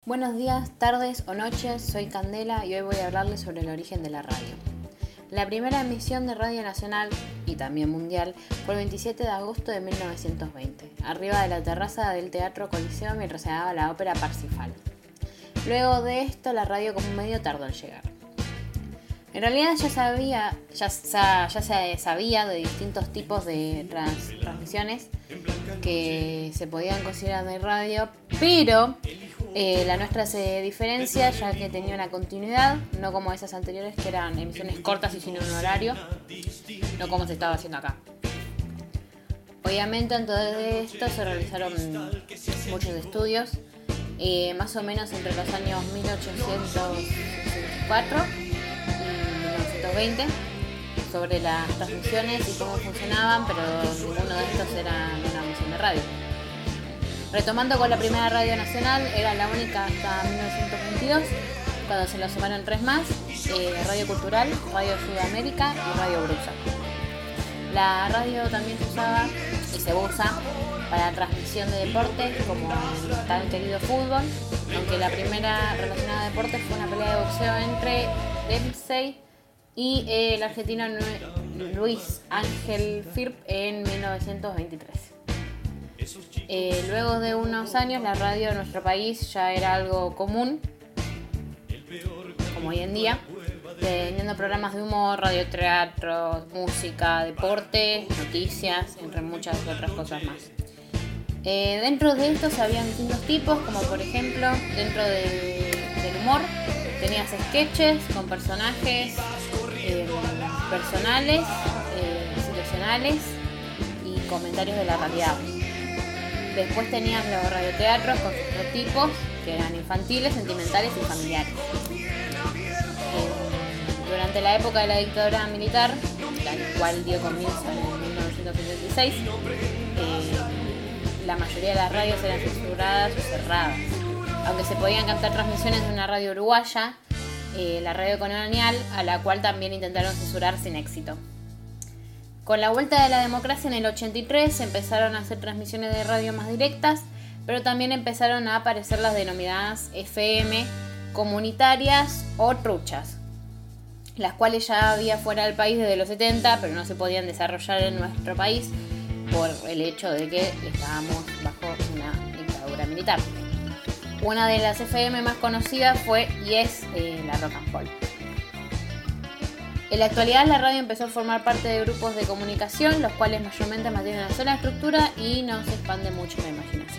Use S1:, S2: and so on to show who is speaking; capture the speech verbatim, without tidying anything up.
S1: Buenos días, tardes o noches, soy Candela y hoy voy a hablarles sobre el origen de la radio. La primera emisión de Radio Nacional, y también mundial, fue el veintisiete de agosto de mil novecientos veinte, arriba de la terraza del Teatro Coliseo mientras se daba la ópera Parsifal. Luego de esto, la radio como medio tardó en llegar. En realidad ya, sabía, ya, ya se sabía de distintos tipos de trans, transmisiones que se podían considerar de radio, pero eh, la nuestra se diferencia ya que tenía una continuidad, no como esas anteriores que eran emisiones cortas y sin un horario, no como se estaba haciendo acá. Obviamente antes de esto se realizaron muchos estudios, eh, más o menos entre los años mil ochocientos sesenta y cuatro y mil novecientos veinte, sobre las transmisiones y cómo funcionaban, pero ninguno de estos era una emisión de radio. Retomando con la primera radio nacional, era la única hasta mil novecientos veintidós, cuando se lo sumaron tres más, eh, Radio Cultural, Radio Sudamérica y Radio Brusa. La radio también se usaba y se usa para transmisión de deportes como el tan querido fútbol, aunque la primera relacionada a deportes fue una pelea de boxeo entre Dempsey y eh, el argentino Luis Ángel Firp en mil novecientos veintitrés. Eh, luego de unos años la radio en nuestro país ya era algo común, como hoy en día, teniendo programas de humor, radioteatro, música, deporte, noticias, entre muchas otras cosas más. Eh, dentro de estos había distintos tipos, como por ejemplo, dentro de, del humor tenías sketches con personajes eh, personales, eh, situacionales y comentarios de la realidad. Después tenías los radioteatros con sus tipos, que eran infantiles, sentimentales y familiares. Eh, durante la época de la dictadura militar, la cual dio comienzo en mil novecientos setenta y seis, eh, la mayoría de las radios eran censuradas o cerradas. Aunque se podían captar transmisiones de una radio uruguaya, eh, la radio colonial, a la cual también intentaron censurar sin éxito. Con la vuelta de la democracia en el ochenta y tres empezaron a hacer transmisiones de radio más directas, pero también empezaron a aparecer las denominadas F M comunitarias o truchas, las cuales ya había fuera del país desde los setenta, pero no se podían desarrollar en nuestro país por el hecho de que estábamos bajo una dictadura militar. Una de las F M más conocidas fue y es eh, la Rock and Pop. En la actualidad la radio empezó a formar parte de grupos de comunicación, los cuales mayormente mantienen una sola estructura y no se expande mucho la imaginación.